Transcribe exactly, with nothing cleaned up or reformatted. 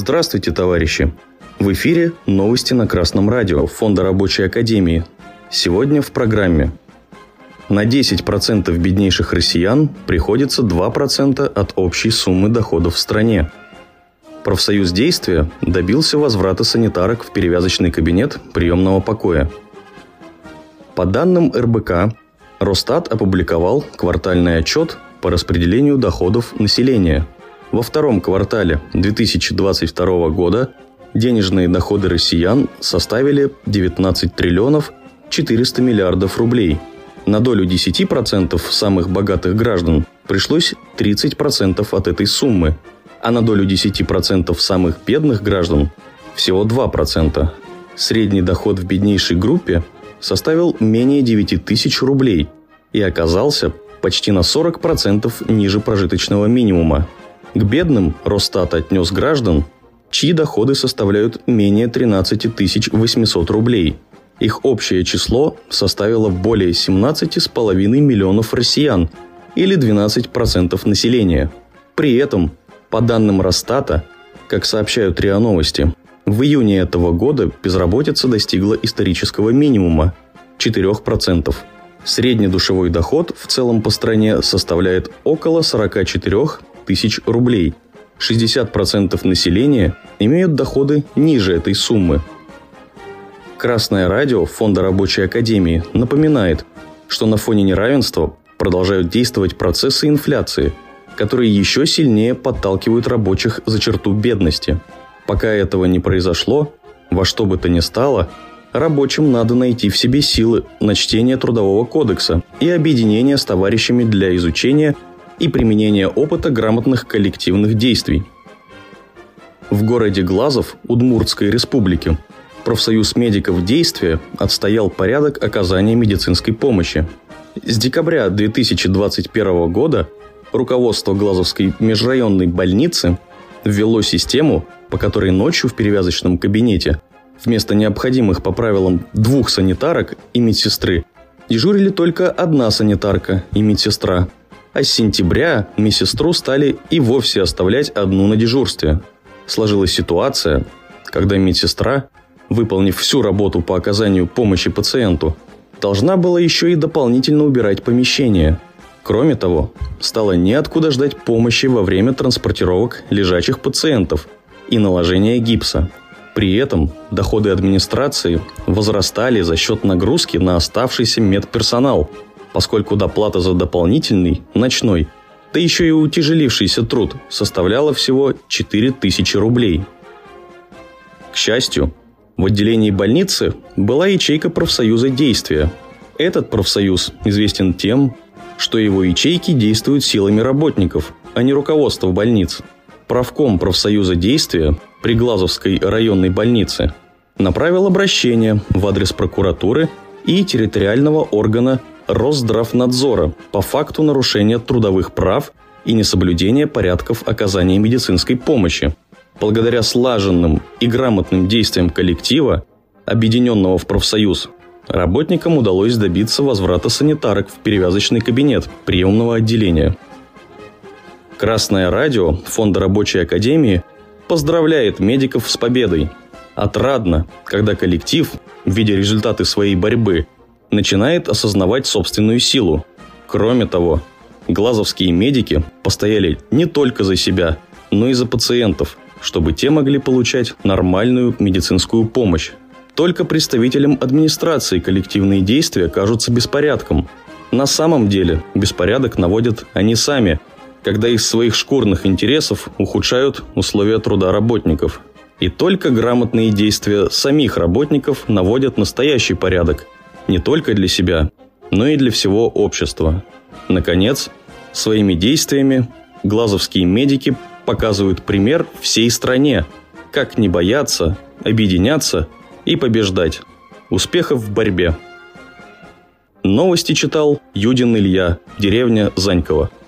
Здравствуйте, товарищи! В эфире новости на Красном радио Фонда Рабочей Академии. Сегодня в программе. На десять процентов беднейших россиян приходится два процента от общей суммы доходов в стране. Профсоюз «Действия» добился возврата санитарок в перевязочный кабинет приемного покоя. По данным эр бэ ка, Росстат опубликовал квартальный отчет по распределению доходов населения. Во втором квартале две тысячи двадцать второго года денежные доходы россиян составили девятнадцать триллионов четыреста миллиардов рублей. На долю десять процентов самых богатых граждан пришлось тридцать процентов от этой суммы, а на долю десять процентов самых бедных граждан всего два процента. Средний доход в беднейшей группе составил менее девять тысяч рублей и оказался почти на сорок процентов ниже прожиточного минимума. К бедным Росстат отнес граждан, чьи доходы составляют менее тринадцать тысяч восемьсот рублей. Их общее число составило более семнадцать с половиной миллионов россиян, или двенадцать процентов населения. При этом, по данным Росстата, как сообщают РИА Новости, в июне этого года безработица достигла исторического минимума – четыре процента. Средний душевой доход в целом по стране составляет около сорок четыре тысяч рублей. шестьдесят процентов населения имеют доходы ниже этой суммы. Красное радио Фонда Рабочей Академии напоминает, что на фоне неравенства продолжают действовать процессы инфляции, которые еще сильнее подталкивают рабочих за черту бедности. Пока этого не произошло, во что бы то ни стало, рабочим надо найти в себе силы на чтение Трудового кодекса и объединение с товарищами для изучения и применения опыта грамотных коллективных действий. В городе Глазов Удмуртской республики профсоюз медиков «Действия» отстоял порядок оказания медицинской помощи. С декабря две тысячи двадцать первого года руководство Глазовской межрайонной больницы ввело систему, по которой ночью в перевязочном кабинете вместо необходимых по правилам двух санитарок и медсестры дежурили только одна санитарка и медсестра, а с сентября медсестру стали и вовсе оставлять одну на дежурстве. Сложилась ситуация, когда медсестра, выполнив всю работу по оказанию помощи пациенту, должна была еще и дополнительно убирать помещение. Кроме того, стало неоткуда ждать помощи во время транспортировок лежачих пациентов и наложения гипса. При этом доходы администрации возрастали за счет нагрузки на оставшийся медперсонал, поскольку доплата за дополнительный, ночной, да еще и утяжелившийся труд составляла всего четыре тысячи рублей. К счастью, в отделении больницы была ячейка профсоюза «Действия». Этот профсоюз известен тем, что его ячейки действуют силами работников, а не руководства больниц. Правком профсоюза «Действия» при Глазовской районной больнице направил обращение в адрес прокуратуры и территориального органа Росздравнадзора по факту нарушения трудовых прав и несоблюдения порядков оказания медицинской помощи. Благодаря слаженным и грамотным действиям коллектива, объединенного в профсоюз, работникам удалось добиться возврата санитарок в перевязочный кабинет приемного отделения. Красное радио Фонда Рабочей Академии поздравляет медиков с победой. Отрадно, когда коллектив, видя результаты своей борьбы, начинает осознавать собственную силу. Кроме того, глазовские медики постояли не только за себя, но и за пациентов, чтобы те могли получать нормальную медицинскую помощь. Только представителям администрации коллективные действия кажутся беспорядком. На самом деле беспорядок наводят они сами, когда из своих шкурных интересов ухудшают условия труда работников. И только грамотные действия самих работников наводят настоящий порядок, не только для себя, но и для всего общества. Наконец, своими действиями глазовские медики показывают пример всей стране, как не бояться, объединяться и побеждать. Успехов в борьбе. Новости читал Юдин Илья, деревня Заньково.